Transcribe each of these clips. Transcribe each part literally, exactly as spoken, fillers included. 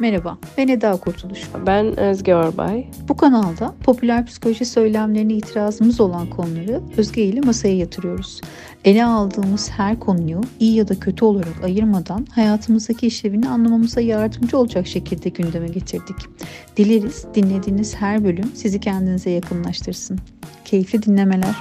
Merhaba, ben Eda Kurtuluş. Ben Özge Orbay. Bu kanalda popüler psikoloji söylemlerine itirazımız olan konuları Özge ile masaya yatırıyoruz. Ele aldığımız her konuyu iyi ya da kötü olarak ayırmadan hayatımızdaki işlevini anlamamıza yardımcı olacak şekilde gündeme getirdik. Dileriz dinlediğiniz her bölüm sizi kendinize yakınlaştırsın. Keyifli dinlemeler.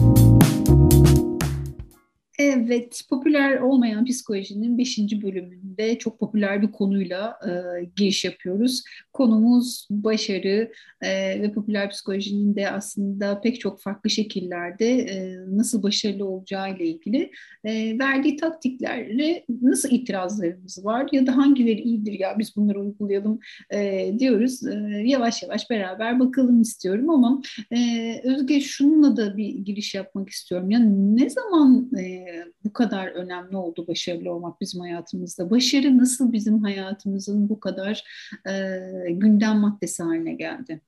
Evet, popüler olmayan psikolojinin beşinci bölümünde çok popüler bir konuyla e, giriş yapıyoruz. Konumuz başarı e, ve popüler psikolojinin de aslında pek çok farklı şekillerde e, nasıl başarılı olacağı ile ilgili e, verdiği taktiklerle nasıl itirazlarımız var ya da hangileri iyidir ya biz bunları uygulayalım e, diyoruz. E, yavaş yavaş beraber bakalım istiyorum ama e, Özge şununla da bir giriş yapmak istiyorum. Yani ne zaman e, bu kadar önemli oldu başarılı olmak bizim hayatımızda? Başarı nasıl bizim hayatımızın bu kadar e, gündem maddesi haline geldi?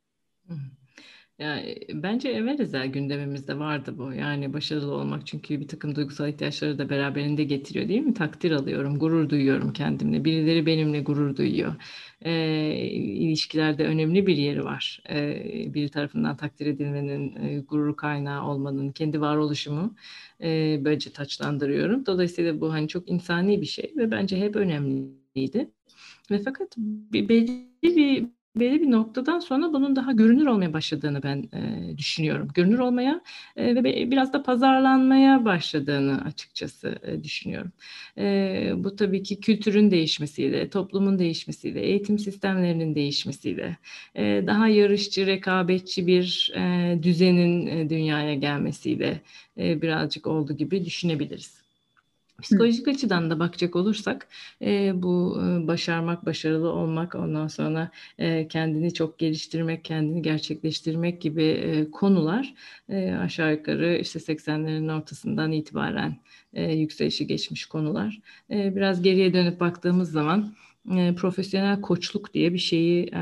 Yani bence evvel gündemimizde vardı bu. Yani başarılı olmak çünkü bir takım duygusal ihtiyaçları da beraberinde getiriyor değil mi? Takdir alıyorum, gurur duyuyorum kendimle. Birileri benimle gurur duyuyor. E, ilişkilerde önemli bir yeri var. E, biri tarafından takdir edilmenin, e, gurur kaynağı olmanın, kendi varoluşumu e, böylece taçlandırıyorum. Dolayısıyla bu hani çok insani bir şey ve bence hep önemliydi. Ve fakat bir, belli bir belli bir noktadan sonra bunun daha görünür olmaya başladığını ben e, düşünüyorum. Görünür olmaya e, ve biraz da pazarlanmaya başladığını açıkçası e, düşünüyorum. E, bu tabii ki kültürün değişmesiyle, toplumun değişmesiyle, eğitim sistemlerinin değişmesiyle, e, daha yarışçı, rekabetçi bir e, düzenin e, dünyaya gelmesiyle e, birazcık oldu gibi düşünebiliriz. Psikolojik Hı. açıdan da bakacak olursak e, bu e, başarmak, başarılı olmak, ondan sonra e, kendini çok geliştirmek, kendini gerçekleştirmek gibi e, konular e, aşağı yukarı işte seksenlerin ortasından itibaren e, yükselişi geçmiş konular. E, biraz geriye dönüp baktığımız zaman e, profesyonel koçluk diye bir şeyi e,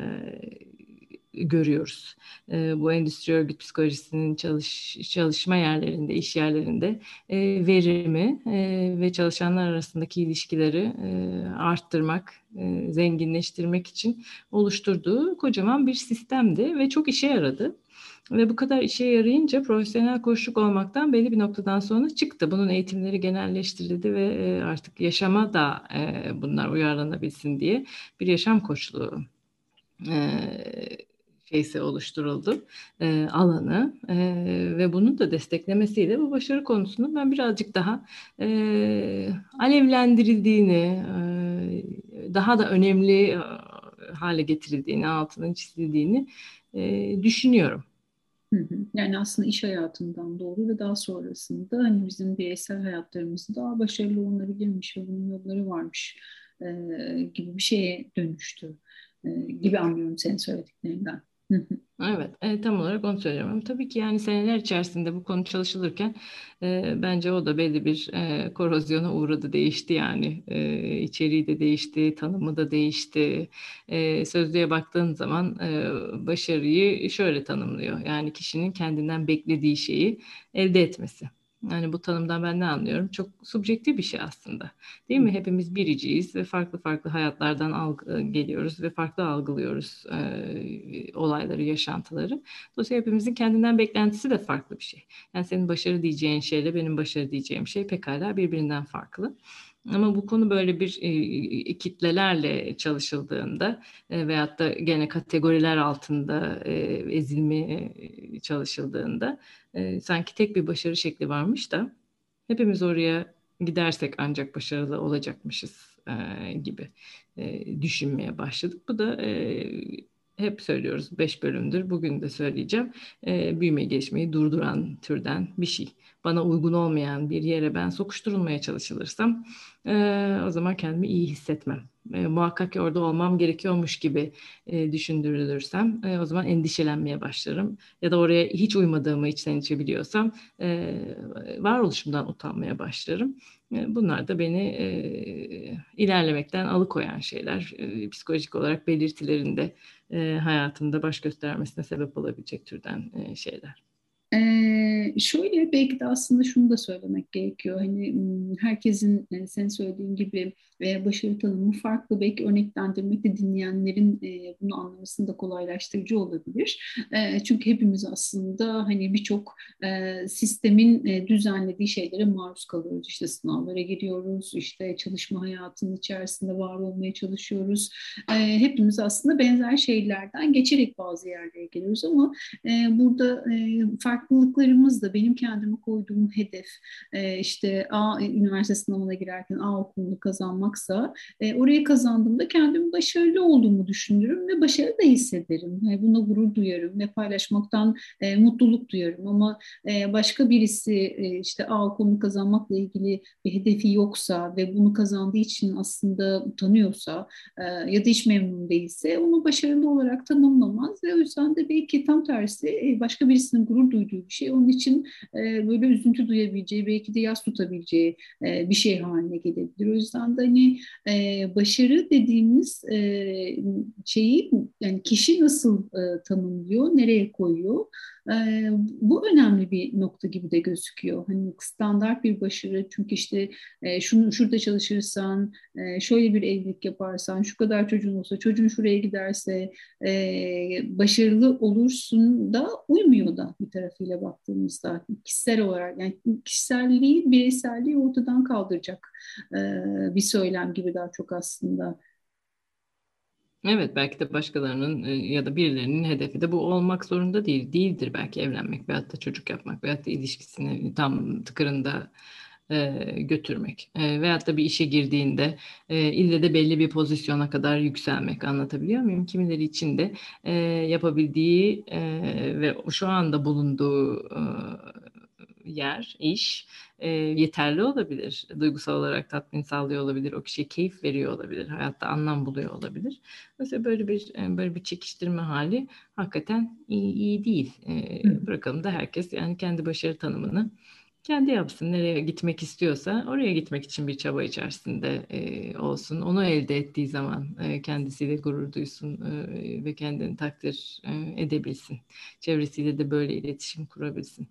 görüyoruz. E, bu endüstri örgüt psikolojisinin çalış, çalışma yerlerinde, iş yerlerinde e, verimi e, ve çalışanlar arasındaki ilişkileri e, arttırmak, e, zenginleştirmek için oluşturduğu kocaman bir sistemdi ve çok işe yaradı. Ve bu kadar işe yarayınca profesyonel koçluk olmaktan belli bir noktadan sonra çıktı. Bunun eğitimleri genelleştirildi ve e, artık yaşama da e, bunlar uyarlanabilsin diye bir yaşam koçluğu e, şeysi oluşturuldu e, alanı e, ve bunun da desteklemesiyle bu başarı konusunu ben birazcık daha e, alevlendirildiğini, e, daha da önemli e, hale getirildiğini, altının çizildiğini e, düşünüyorum. Yani aslında iş hayatından doğru ve daha sonrasında hani bizim bireysel hayatlarımızda daha başarılı olunabilirmiş ve bunun yolları varmış e, gibi bir şeye dönüştü e, gibi anlıyorum senin söylediklerinden. Evet, e, tam olarak onu söylüyorum. Ama tabii ki yani seneler içerisinde bu konu çalışılırken e, bence o da belli bir e, korozyona uğradı, değişti yani. E, içeriği de değişti, tanımı da değişti. E, sözlüğe baktığın zaman e, başarıyı şöyle tanımlıyor. Yani kişinin kendinden beklediği şeyi elde etmesi. Yani bu tanımdan ben ne anlıyorum? Çok subjektif bir şey aslında. Değil mi? Hepimiz biriciyiz ve farklı farklı hayatlardan algı, geliyoruz ve farklı algılıyoruz e, olayları, yaşantıları. Dolayısıyla hepimizin kendinden beklentisi de farklı bir şey. Yani senin başarı diyeceğin şeyle benim başarı diyeceğim şey pekala birbirinden farklı. Ama bu konu böyle bir e, kitlelerle çalışıldığında e, veyahut da gene kategoriler altında e, ezilmeye çalışıldığında e, sanki tek bir başarı şekli varmış da hepimiz oraya gidersek ancak başarılı olacakmışız e, gibi e, düşünmeye başladık. Bu da e, hep söylüyoruz beş bölümdür. Bugün de söyleyeceğim. E, büyüme gelişmeyi durduran türden bir şey. Bana uygun olmayan bir yere ben sokuşturulmaya çalışılırsam e, o zaman kendimi iyi hissetmem. E, muhakkak ki orada olmam gerekiyormuş gibi e, düşündürülürsem e, o zaman endişelenmeye başlarım. Ya da oraya hiç uymadığımı içten içe biliyorsam e, varoluşumdan utanmaya başlarım. E, bunlar da beni e, ilerlemekten alıkoyan şeyler. E, psikolojik olarak belirtilerinde e, hayatımda baş göstermesine sebep olabilecek türden e, şeyler. Ee, Şöyle belki de aslında şunu da söylemek gerekiyor. Hani m, herkesin e, senin söylediğin gibi e, başarı tanımı farklı. Belki örneklendirmek de dinleyenlerin e, bunu anlamasını da kolaylaştırıcı olabilir. E, çünkü hepimiz aslında hani birçok e, sistemin e, düzenlediği şeylere maruz kalıyoruz. İşte sınavlara giriyoruz, işte çalışma hayatının içerisinde var olmaya çalışıyoruz. E, hepimiz aslında benzer şeylerden geçerek bazı yerlere geliyoruz ama e, burada e, farklılıklarımız da benim kendime koyduğum hedef e, işte A üniversite sınavına girerken A okulunu kazanmaksa e, orayı kazandığımda kendimi başarılı olduğumu düşünürüm ve başarı da hissederim. E, buna gurur duyarım ve paylaşmaktan e, mutluluk duyarım ama e, başka birisi e, işte A okulunu kazanmakla ilgili bir hedefi yoksa ve bunu kazandığı için aslında utanıyorsa e, ya da hiç memnun değilse onu başarılı olarak tanımlamaz ve o yüzden de belki tam tersi e, başka birisinin gurur duyduğu bir şey onun için e, böyle üzüntü duyabileceği belki de yas tutabileceği e, bir şey haline gelebilir. O yüzden de hani e, başarı dediğimiz e, şeyi yani kişi nasıl e, tanımlıyor, nereye koyuyor? E, bu önemli bir nokta gibi de gözüküyor. Hani standart bir başarı çünkü işte e, şunu şurada çalışırsan, e, şöyle bir evlilik yaparsan, şu kadar çocuğun olsa, çocuğun şuraya giderse e, başarılı olursun da uymuyor da bir tarafıyla baktığımızda kişisel olarak yani kişiselliği, bireyselliği ortadan kaldıracak e, bir söylem gibi daha çok aslında. Evet, belki de başkalarının e, ya da birilerinin hedefi de bu olmak zorunda değil. Değildir belki evlenmek veyahut da çocuk yapmak veyahut da ilişkisini tam tıkırında e, götürmek. E, veyahut da bir işe girdiğinde e, ille de belli bir pozisyona kadar yükselmek. Anlatabiliyor muyum? Kimileri için de e, yapabildiği e, ve şu anda bulunduğu e, yer, iş e, yeterli olabilir. Duygusal olarak tatmin sağlıyor olabilir. O kişiye keyif veriyor olabilir. Hayatta anlam buluyor olabilir. Mesela böyle bir e, böyle bir çekiştirme hali hakikaten iyi, iyi değil. E, bırakalım da herkes yani kendi başarı tanımını kendi yapsın. Nereye gitmek istiyorsa oraya gitmek için bir çaba içerisinde e, olsun. Onu elde ettiği zaman e, kendisiyle gurur duysun e, ve kendini takdir e, edebilsin. Çevresiyle de böyle iletişim kurabilsin.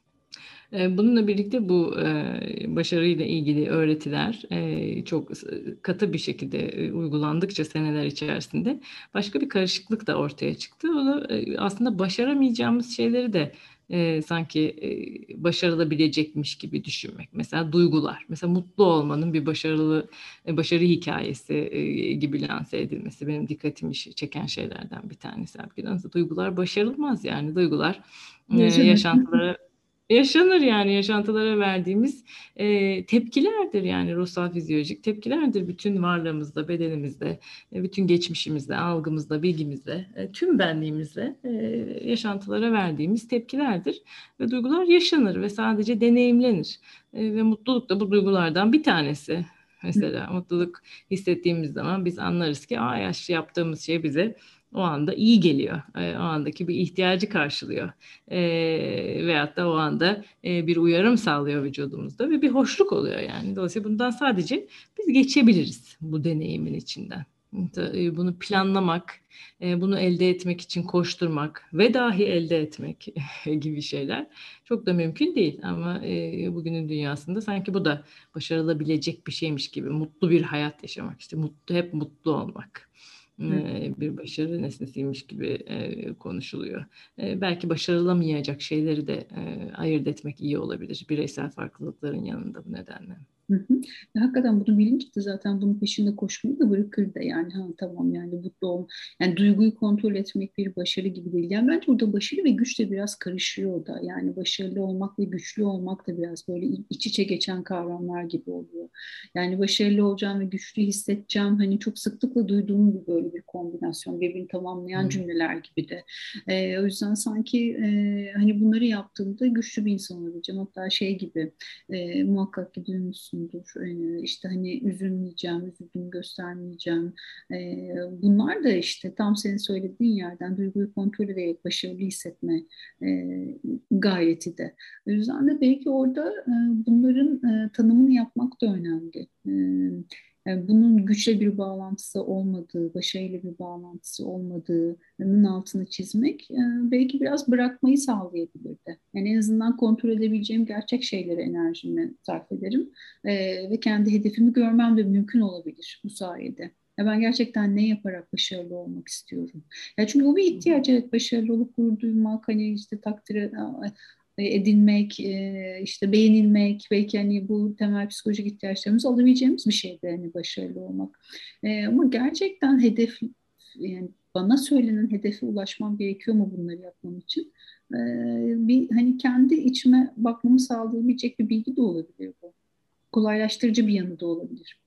E, Bununla birlikte bu e, başarıyla ilgili öğretiler e, çok katı bir şekilde e, uygulandıkça seneler içerisinde başka bir karışıklık da ortaya çıktı. O da e, aslında başaramayacağımız şeyleri de e, sanki e, başarılabilecekmiş gibi düşünmek. Mesela duygular. Mesela mutlu olmanın bir başarılı e, başarı hikayesi e, gibi lanse edilmesi benim dikkatimi çeken şeylerden bir tanesi. Nasıl duygular başarılmaz yani duygular e, Yaşanır. yaşantılara yaşanır yani yaşantılara verdiğimiz e, tepkilerdir yani ruhsal fizyolojik tepkilerdir bütün varlığımızda, bedenimizde, e, bütün geçmişimizde, algımızda, bilgimizde, e, tüm benliğimizde e, yaşantılara verdiğimiz tepkilerdir ve duygular yaşanır ve sadece deneyimlenir. E, ve mutluluk da bu duygulardan bir tanesi. Mesela mutluluk hissettiğimiz zaman biz anlarız ki aa yaş yaptığımız şey bize o anda iyi geliyor. E, o andaki bir ihtiyacı karşılıyor. E, veyahut da o anda e, bir uyarım sağlıyor vücudumuzda ve bir hoşluk oluyor yani. Dolayısıyla bundan sadece biz geçebiliriz bu deneyimin içinden. E, Bunu planlamak, e, bunu elde etmek için koşturmak ve dahi elde etmek gibi şeyler çok da mümkün değil. Ama e, bugünün dünyasında sanki bu da başarılabilecek bir şeymiş gibi mutlu bir hayat yaşamak, işte mutlu, hep mutlu olmak e, bir başarı nesnesiymiş gibi e, konuşuluyor. E, belki başarılamayacak şeyleri de e, ayırt etmek iyi olabilir bireysel farklılıkların yanında bu nedenle. Hı hı. Ya hakikaten bunu bilince de zaten bunun peşinde koşmayı da bırakır da yani ha tamam yani mutlu ol. Yani duyguyu kontrol etmek bir başarı gibi değil. Yani bence burada başarı ve güç de biraz karışıyor da. Yani başarılı olmak ve güçlü olmak da biraz böyle iç içe geçen kavramlar gibi oluyor. Yani başarılı olacağım ve güçlü hissedeceğim hani çok sıklıkla duyduğum bir böyle bir kombinasyon birbirini tamamlayan Hmm. cümleler gibi de. Ee, o yüzden sanki e, hani bunları yaptığımda güçlü bir insan olabileceğim. Hatta şey gibi e, muhakkak ki duymuşsundur. E, işte hani üzülmeyeceğim, üzüldüğümü göstermeyeceğim. E, bunlar da işte tam senin söylediğin yerden duyguyu kontrol ederek başarılı hissetme e, gayreti de. O yüzden de belki orada e, bunların e, tanımını yapmak da önemli. E, Yani bunun güçle bir bağlantısı olmadığı, başarıyla bir bağlantısı olmadığının altını çizmek e, belki biraz bırakmayı sağlayabilirdi. Yani en azından kontrol edebileceğim gerçek şeylere enerjimi sarf ederim. E, ve kendi hedefimi görmem de mümkün olabilir bu sayede. Ya ben gerçekten ne yaparak başarılı olmak istiyorum. Ya çünkü bu bir ihtiyaç. Evet, başarılı olup gurur duymak, hani işte takdir edilmek, e, işte beğenilmek, belki hani bu temel psikolojik ihtiyaçlarımızı alabileceğimiz bir şeydi hani başarılı olmak. E, ama gerçekten hedef, yani bana söylenen hedefe ulaşmam gerekiyor mu bunları yapmam için? E, bir hani kendi içime bakmamı sağlayabilecek bir bilgi de olabilir bu. Kolaylaştırıcı bir yanı da olabilir.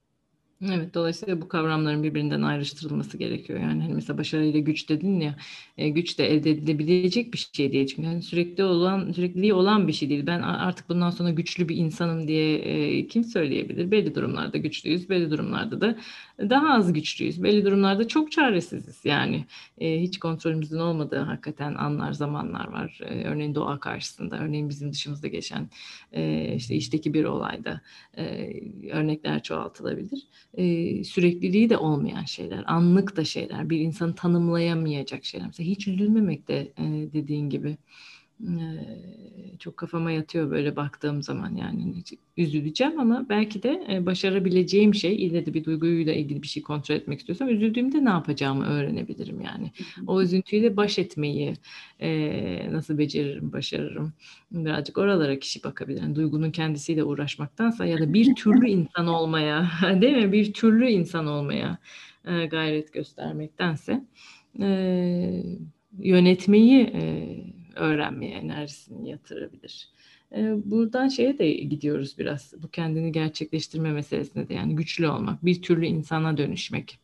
Evet, dolayısıyla bu kavramların birbirinden ayrıştırılması gerekiyor. Yani hani mesela başarıyla güç dedin ya, e, güç de elde edilebilecek bir şey değil. Çünkü hani sürekli olan, sürekliliği olan bir şey değil. Ben artık bundan sonra güçlü bir insanım diye e, kim söyleyebilir? Belli durumlarda güçlüyüz, belli durumlarda da daha az güçlüyüz. Belli durumlarda çok çaresiziz. Yani e, hiç kontrolümüzün olmadığı hakikaten anlar, zamanlar var. E, örneğin doğa karşısında, örneğin bizim dışımızda geçen e, işte işteki bir olayda e, örnekler çoğaltılabilir. E, sürekliliği de olmayan şeyler, anlık da şeyler, bir insanı tanımlayamayacak şeyler. Mesela hiç üzülmemek de e, dediğin gibi e, çok kafama yatıyor böyle baktığım zaman. Yani hiç üzüleceğim ama belki de e, başarabileceğim şey, ille de bir duyguyla ilgili bir şey kontrol etmek istiyorsam üzüldüğümde ne yapacağımı öğrenebilirim yani. O üzüntüyle baş etmeyi e, nasıl beceririm, başarırım. Birazcık oralara kişi bakabilir. Yani duygunun kendisiyle uğraşmaktansa ya da bir türlü insan olmaya, değil mi? Bir türlü insan olmaya e, gayret göstermektense e, yönetmeyi e, öğrenmeye enerjisini yatırabilir. E, buradan şeye de gidiyoruz biraz. Bu kendini gerçekleştirme meselesine de, yani güçlü olmak, bir türlü insana dönüşmek.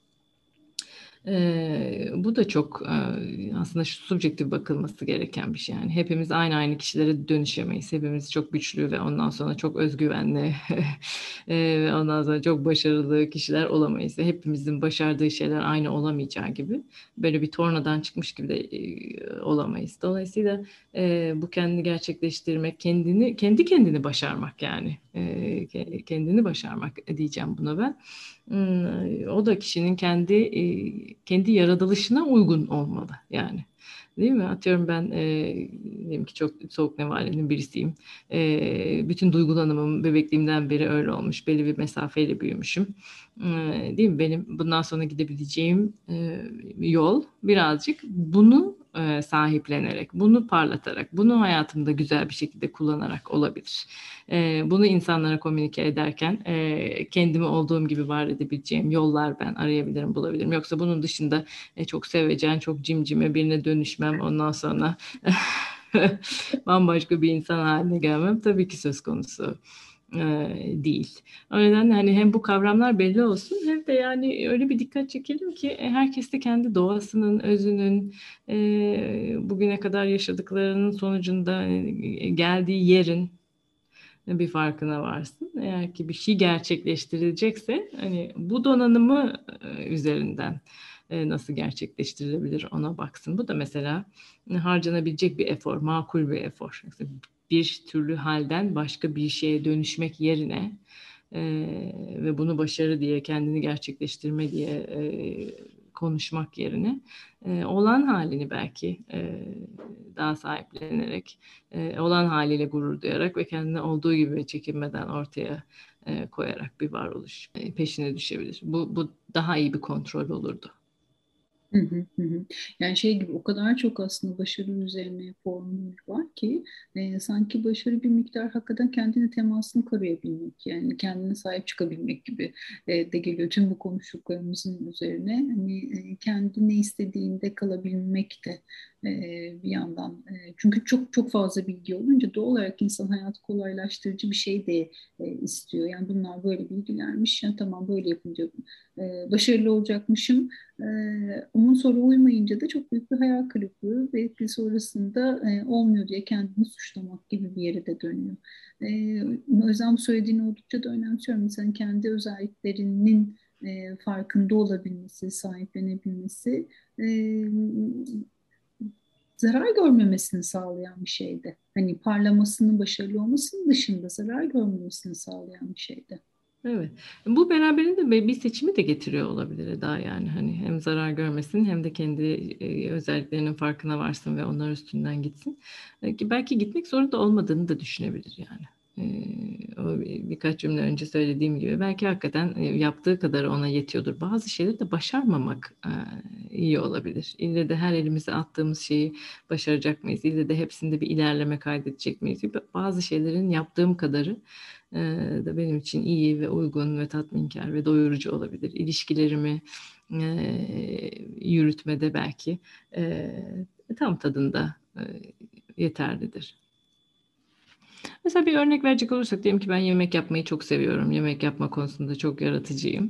Ee, bu da çok e, aslında şu subjektif bakılması gereken bir şey. Yani hepimiz aynı aynı kişilere dönüşemeyiz. Hepimiz çok güçlü ve ondan sonra çok özgüvenli e, ve ondan sonra çok başarılı kişiler olamayız. Ve hepimizin başardığı şeyler aynı olamayacağı gibi böyle bir tornadan çıkmış gibi de e, olamayız. Dolayısıyla e, bu kendini gerçekleştirmek, kendini kendi kendini başarmak yani e, kendini başarmak diyeceğim buna ben. Hmm, O da kişinin kendi e, kendi yaratılışına uygun olmalı yani. Değil mi? Atıyorum ben e, diyelim ki çok soğuk nevalinin birisiyim. E, bütün duygulanımım bebekliğimden beri öyle olmuş. Belli bir mesafeyle büyümüşüm. E, değil mi? Benim bundan sonra gidebileceğim e, yol birazcık bunu e, sahiplenerek, bunu parlatarak, bunu hayatımda güzel bir şekilde kullanarak olabilir. E, bunu insanlara komünike ederken e, kendimi olduğum gibi var edebileceğim yollar ben arayabilirim, bulabilirim. Yoksa bunun dışında e, çok sevecen, çok cimcime birine dönüşmem, ondan sonra bambaşka bir insan haline gelmem tabii ki söz konusu e, değil. O nedenle hani hem bu kavramlar belli olsun hem de yani öyle bir dikkat çekelim ki e, herkes de kendi doğasının, özünün, e, bugüne kadar yaşadıklarının sonucunda e, geldiği yerin bir farkına varsın. Eğer ki bir şey gerçekleştirilecekse hani bu donanımı e, üzerinden e, nasıl gerçekleştirilebilir ona baksın. Bu da mesela harcanabilecek bir efor, makul bir efor. Mesela bir türlü halden başka bir şeye dönüşmek yerine e, ve bunu başarı diye, kendini gerçekleştirme diye e, konuşmak yerine e, olan halini belki e, daha sahiplenerek, e, olan haliyle gurur duyarak ve kendini olduğu gibi çekinmeden ortaya e, koyarak bir varoluş e, peşine düşebilir. Bu, bu daha iyi bir kontrol olurdu. Hı hı, hı hı. Yani şey gibi o kadar çok aslında başarı üzerine formül var ki e, sanki başarı bir miktar hakikaten kendine temasını koruyabilmek, yani kendine sahip çıkabilmek gibi e, de geliyor tüm bu konuştuklarımızın üzerine. Hani e, kendi ne istediğinde kalabilmek de e, bir yandan, e, çünkü çok çok fazla bilgi olunca doğal olarak insan hayatı kolaylaştırıcı bir şey de e, istiyor. Yani bunlar böyle bilgilermiş, yani tamam böyle yapınca e, başarılı olacakmışım. Ee, ama sonra uymayınca da çok büyük bir hayal kırıklığı, belki sonrasında e, olmuyor diye kendini suçlamak gibi bir yere de dönüyor. Ee, o yüzden bu söylediğini oldukça da önemsiyorum. İnsanın kendi özelliklerinin e, farkında olabilmesi, sahiplenebilmesi, e, zarar görmemesini sağlayan bir şeydi. Hani parlamasının, başarılı olmasının dışında zarar görmemesini sağlayan bir şeydi. Evet. Bu beraberinde bir seçimi de getiriyor olabilir daha, yani hani hem zarar görmesin hem de kendi e, özelliklerinin farkına varsın ve onlar üstünden gitsin. Belki, belki gitmek zorunda olmadığını da düşünebilir yani. Ee, o birkaç cümle önce söylediğim gibi belki hakikaten e, yaptığı kadar ona yetiyordur. Bazı şeyleri de başarmamak e, iyi olabilir. İlle de her elimize attığımız şeyi başaracak mıyız? İlle de hepsinde bir ilerleme kaydedecek miyiz? Bazı şeylerin yaptığım kadarı e, da benim için iyi ve uygun ve tatminkar ve doyurucu olabilir. İlişkilerimi e, yürütmede belki e, tam tadında e, yeterlidir. Mesela bir örnek verecek olursak, diyelim ki ben yemek yapmayı çok seviyorum. Yemek yapma konusunda çok yaratıcıyım.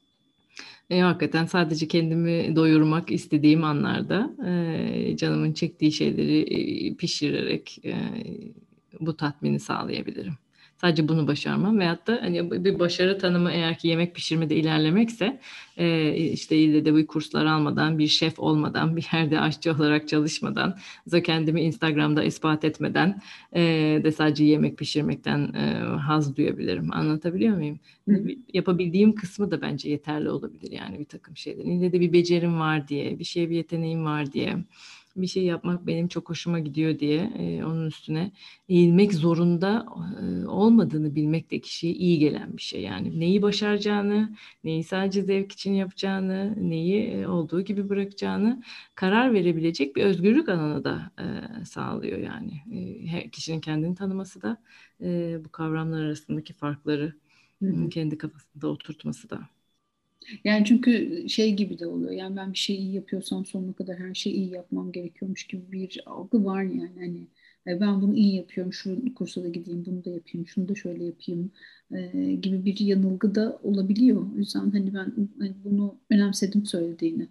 E, hakikaten sadece kendimi doyurmak istediğim anlarda e, canımın çektiği şeyleri e, pişirerek e, bu tatmini sağlayabilirim. Sadece bunu başarmam, veyahut da hani bir başarı tanımı eğer ki yemek pişirmede ilerlemekse e, işte ille de bu kurslar almadan, bir şef olmadan, bir yerde aşçı olarak çalışmadan, da kendimi Instagram'da ispat etmeden e, de sadece yemek pişirmekten e, haz duyabilirim. Anlatabiliyor muyum? Hı hı. Yapabildiğim kısmı da bence yeterli olabilir yani bir takım şeyler. İlle de bir becerim var diye, bir şeye bir yeteneğim var diye, bir şey yapmak benim çok hoşuma gidiyor diye e, onun üstüne eğilmek zorunda e, olmadığını bilmek de kişiye iyi gelen bir şey. Yani neyi başaracağını, neyi sadece zevk için yapacağını, neyi e, olduğu gibi bırakacağını karar verebilecek bir özgürlük alanı da e, sağlıyor yani. E, her kişinin kendini tanıması da e, bu kavramlar arasındaki farkları Hı hı. kendi kafasında oturtması da. Yani çünkü şey gibi de oluyor. Yani ben bir şeyi iyi yapıyorsam sonuna kadar her şeyi iyi yapmam gerekiyormuş gibi bir algı var yani. Hani e, ben bunu iyi yapıyorum, şu kursa da gideyim, bunu da yapayım, şunu da şöyle yapayım e, gibi bir yanılgı da olabiliyor. O yüzden hani ben hani bunu önemsedim söylediğini.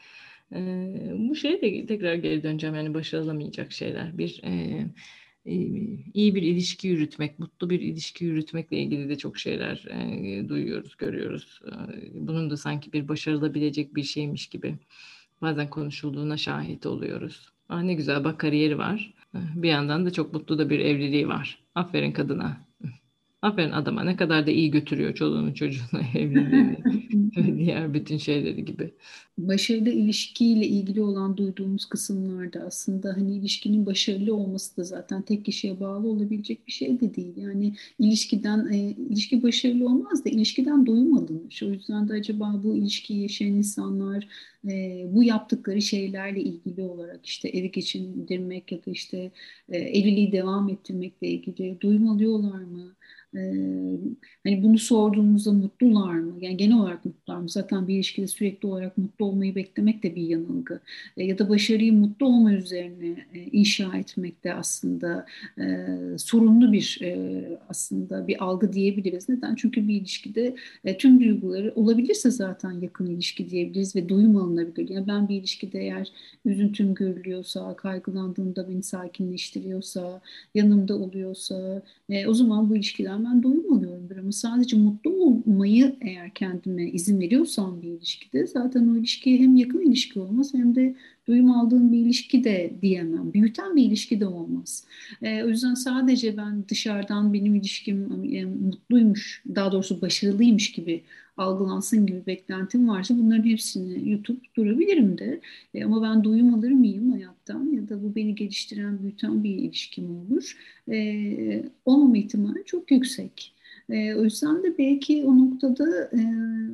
Ee, bu şeye de tekrar geri döneceğim, yani başarılamayacak şeyler. Bir e, e, iyi bir ilişki yürütmek, mutlu bir ilişki yürütmekle ilgili de çok şeyler e, duyuyoruz, görüyoruz. E, bunun da sanki bir başarılabilecek bir şeymiş gibi bazen konuşulduğuna şahit oluyoruz. Ah ne güzel, bak kariyeri var. Bir yandan da çok mutlu da bir evliliği var. Aferin kadına. Aferin adama, ne kadar da iyi götürüyor çoluğunu çocuğunu, evliliğini ve diğer bütün şeyleri gibi. Başarılı ilişkiyle ilgili olan duyduğumuz kısımlarda aslında hani ilişkinin başarılı olması da zaten tek kişiye bağlı olabilecek bir şey de değil. Yani ilişkiden e, ilişki başarılı olmaz da ilişkiden doyum alınır. O yüzden de acaba bu ilişkiyi yaşayan insanlar e, bu yaptıkları şeylerle ilgili olarak işte evi geçindirmek ya da işte e, evliliği devam ettirmekle ilgili doyum alıyorlar mı? E, Hani bunu sorduğumuzda mutlular mı? Yani genel olarak mutlular mı? Zaten bir ilişkide sürekli olarak mutlu olmayı beklemek de bir yanılgı. E, ya da başarıyı mutlu olma üzerine e, inşa etmek de aslında e, sorunlu bir e, aslında bir algı diyebiliriz. Neden? Çünkü bir ilişkide e, tüm duyguları olabilirse zaten yakın ilişki diyebiliriz ve doyum alınabilir. Yani ben bir ilişkide eğer üzüntüm görülüyorsa, kaygılandığımda beni sakinleştiriyorsa, yanımda oluyorsa, e, o zaman bu ilişkiden ben doyum alıyorumdur. Ama sadece mutlu olmayı eğer kendime izin veriyorsam bir ilişkide zaten o ilişki hem yakın ilişki olmaz hem de doyum aldığım bir ilişki de diyemem. Büyüten bir ilişki de olmaz. E, o yüzden sadece ben dışarıdan benim ilişkim e, mutluymuş, daha doğrusu başarılıymış gibi algılansın gibi beklentim varsa bunların hepsini yutup durabilirim de. E, ama ben doyum alır mıyım hayattan ya da bu beni geliştiren, büyüten bir ilişki mi olur? E, olmama ihtimali çok yüksek. E, o yüzden de belki o noktada e,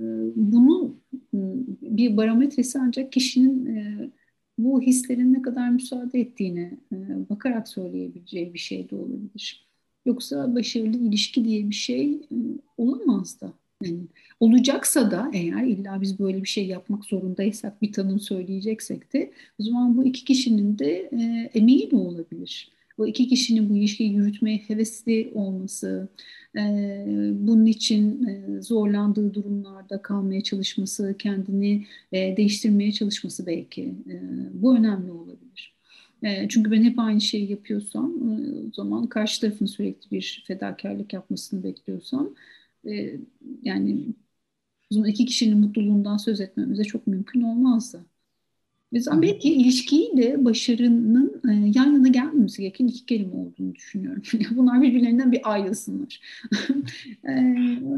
bunu bir barometresi ancak kişinin e, bu hislerin ne kadar müsaade ettiğine e, bakarak söyleyebileceği bir şey de olabilir. Yoksa başarılı ilişki diye bir şey e, olamaz da. Yani olacaksa da eğer illa biz böyle bir şey yapmak zorundaysak bir tanım söyleyeceksek de o zaman bu iki kişinin de e, emeği de olabilir. Bu iki kişinin bu ilişkiyi yürütmeye hevesli olması, e, bunun için e, zorlandığı durumlarda kalmaya çalışması, kendini e, değiştirmeye çalışması belki. E, bu önemli olabilir. E, çünkü ben hep aynı şeyi yapıyorsam, e, o zaman karşı tarafın sürekli bir fedakarlık yapmasını bekliyorsam, e, yani o zaman iki kişinin mutluluğundan söz etmemize çok mümkün olmazdı. O Hı yüzden hı. belki ilişkiyle başarının e, yan yana gelmemesi gereken iki kelime olduğunu düşünüyorum. Bunlar birbirlerinden bir ayrılsınlar. E,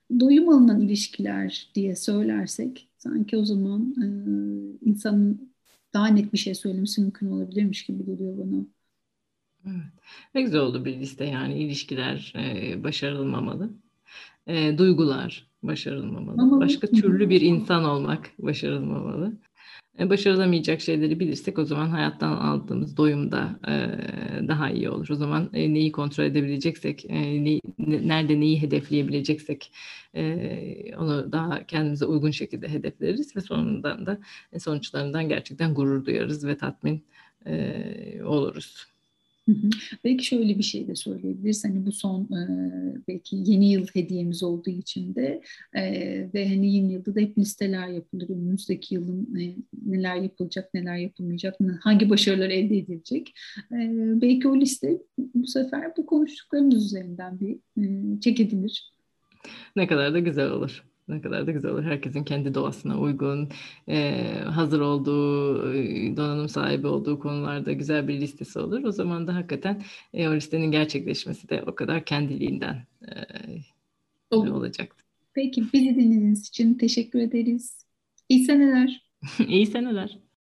doyum alınan ilişkiler diye söylersek sanki o zaman e, insanın daha net bir şey söylemesi mümkün olabilirmiş gibi geliyor bana. Evet. Ne güzel oldu bir liste yani ilişkiler e, başarılmamalı. E, duygular başarılmamalı. Ama Başka türlü bir insan olmak başarılmamalı. E, başarılamayacak şeyleri bilirsek o zaman hayattan aldığımız doyum da e, daha iyi olur. O zaman e, neyi kontrol edebileceksek, e, neyi- ne- nerede neyi hedefleyebileceksek e, onu daha kendimize uygun şekilde hedefleriz ve sonundan da e, sonuçlarından gerçekten gurur duyarız ve tatmin e, oluruz. Hı hı. Belki şöyle bir şey de söyleyebiliriz. Hani bu son e, belki yeni yıl hediyemiz olduğu için de e, ve hani yeni yılda da hep listeler yapılır. Önümüzdeki yılın e, neler yapılacak, neler yapılmayacak, ne- hangi başarılar elde edilecek. E, belki o liste bu sefer bu konuştuklarımız üzerinden bir e, check edilir. Ne kadar da güzel olur. Ne kadar da güzel olur. Herkesin kendi doğasına uygun, e, hazır olduğu, e, donanım sahibi olduğu konularda güzel bir listesi olur. O zaman da hakikaten e, o listenin gerçekleşmesi de o kadar kendiliğinden e, Olur. olacaktır. Peki bizi dinlediğiniz için teşekkür ederiz. İyi seneler. İyi seneler.